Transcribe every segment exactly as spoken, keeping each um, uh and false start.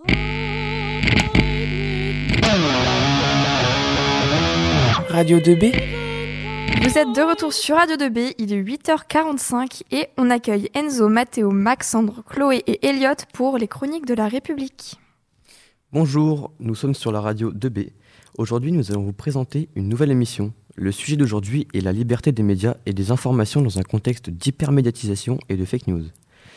Radio deux B. Vous êtes de retour sur Radio deux B, il est huit heures quarante-cinq et on accueille Enzo, Matteo, Maxandre, Chloé et Elliot pour les chroniques de la République. Bonjour, nous sommes sur la radio deux B. Aujourd'hui, nous allons vous présenter une nouvelle émission. Le sujet d'aujourd'hui est la liberté des médias et des informations dans un contexte d'hypermédiatisation et de fake news.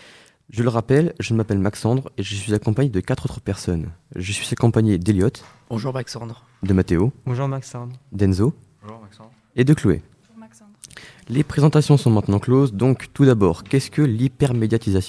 Je le rappelle, je m'appelle Maxandre et je suis accompagné de quatre autres personnes. Je suis accompagné d'Elliot. Bonjour Maxandre. De Matteo. Bonjour Maxandre. D'Enzo. Bonjour Maxandre. Et de Chloé. Bonjour Maxandre. Les présentations sont maintenant closes, donc tout d'abord, qu'est-ce que l'hypermédiatisation ?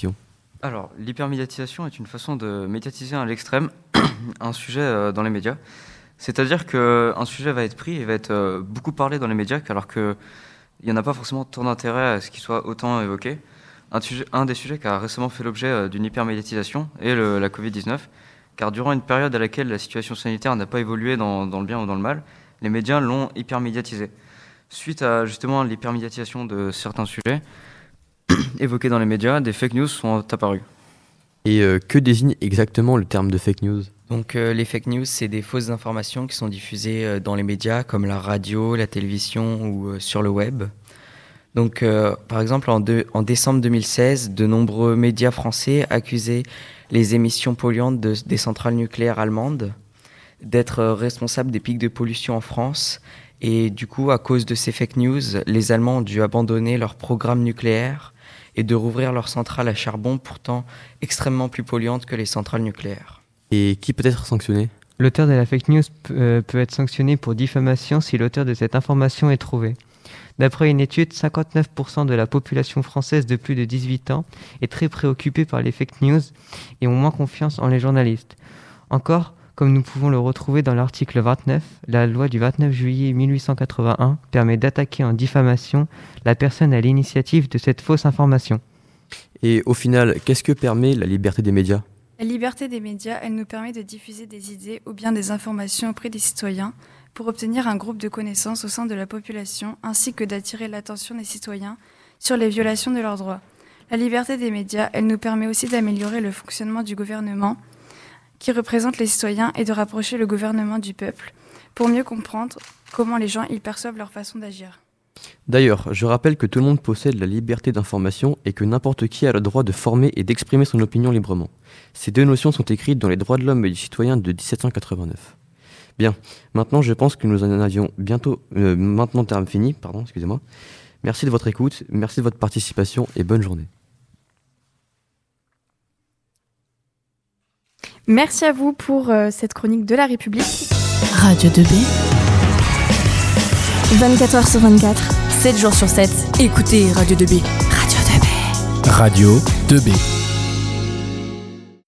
Alors, l'hypermédiatisation est une façon de médiatiser à l'extrême un sujet euh, dans les médias. C'est-à-dire qu'un sujet va être pris et va être euh, beaucoup parlé dans les médias, alors qu'il n'y en a pas forcément tant d'intérêt à ce qu'il soit autant évoqué. Un, sujet, un des sujets qui a récemment fait l'objet euh, d'une hypermédiatisation est le, la covid dix-neuf, car durant une période à laquelle la situation sanitaire n'a pas évolué dans, dans le bien ou dans le mal, les médias l'ont hypermédiatisé. Suite à justement l'hypermédiatisation de certains sujets évoqués dans les médias, des fake news sont apparus. Et euh, que désigne exactement le terme de fake news ? Donc euh, les fake news, c'est des fausses informations qui sont diffusées euh, dans les médias comme la radio, la télévision ou euh, sur le web. Donc euh, par exemple en, de, en décembre deux mille seize, de nombreux médias français accusaient les émissions polluantes de, des centrales nucléaires allemandes d'être euh, responsables des pics de pollution en France. Et du coup, à cause de ces fake news, les Allemands ont dû abandonner leur programme nucléaire et de rouvrir leurs centrales à charbon, pourtant extrêmement plus polluantes que les centrales nucléaires. Et qui peut être sanctionné ? L'auteur de la fake news p- euh, peut être sanctionné pour diffamation si l'auteur de cette information est trouvé. D'après une étude, cinquante-neuf pour cent de la population française de plus de dix-huit ans est très préoccupée par les fake news et ont moins confiance en les journalistes. Encore, comme nous pouvons le retrouver dans l'article vingt-neuf, la loi du vingt-neuf juillet mille huit cent quatre-vingt-un permet d'attaquer en diffamation la personne à l'initiative de cette fausse information. Et au final, qu'est-ce que permet la liberté des médias ? La liberté des médias, elle nous permet de diffuser des idées ou bien des informations auprès des citoyens pour obtenir un groupe de connaissances au sein de la population ainsi que d'attirer l'attention des citoyens sur les violations de leurs droits. La liberté des médias, elle nous permet aussi d'améliorer le fonctionnement du gouvernement qui représente les citoyens et de rapprocher le gouvernement du peuple pour mieux comprendre comment les gens y perçoivent leur façon d'agir. D'ailleurs, je rappelle que tout le monde possède la liberté d'information et que n'importe qui a le droit de former et d'exprimer son opinion librement. Ces deux notions sont écrites dans les droits de l'homme et du citoyen de dix-sept cent quatre-vingt-neuf. Bien, maintenant je pense que nous en avions bientôt, euh, maintenant terme fini, pardon, excusez-moi. Merci de votre écoute, merci de votre participation et bonne journée. Merci à vous pour euh, cette chronique de la République. Radio deux B. vingt-quatre heures sur vingt-quatre, sept jours sur sept. Écoutez Radio deux B. Radio deux B. Radio deux B.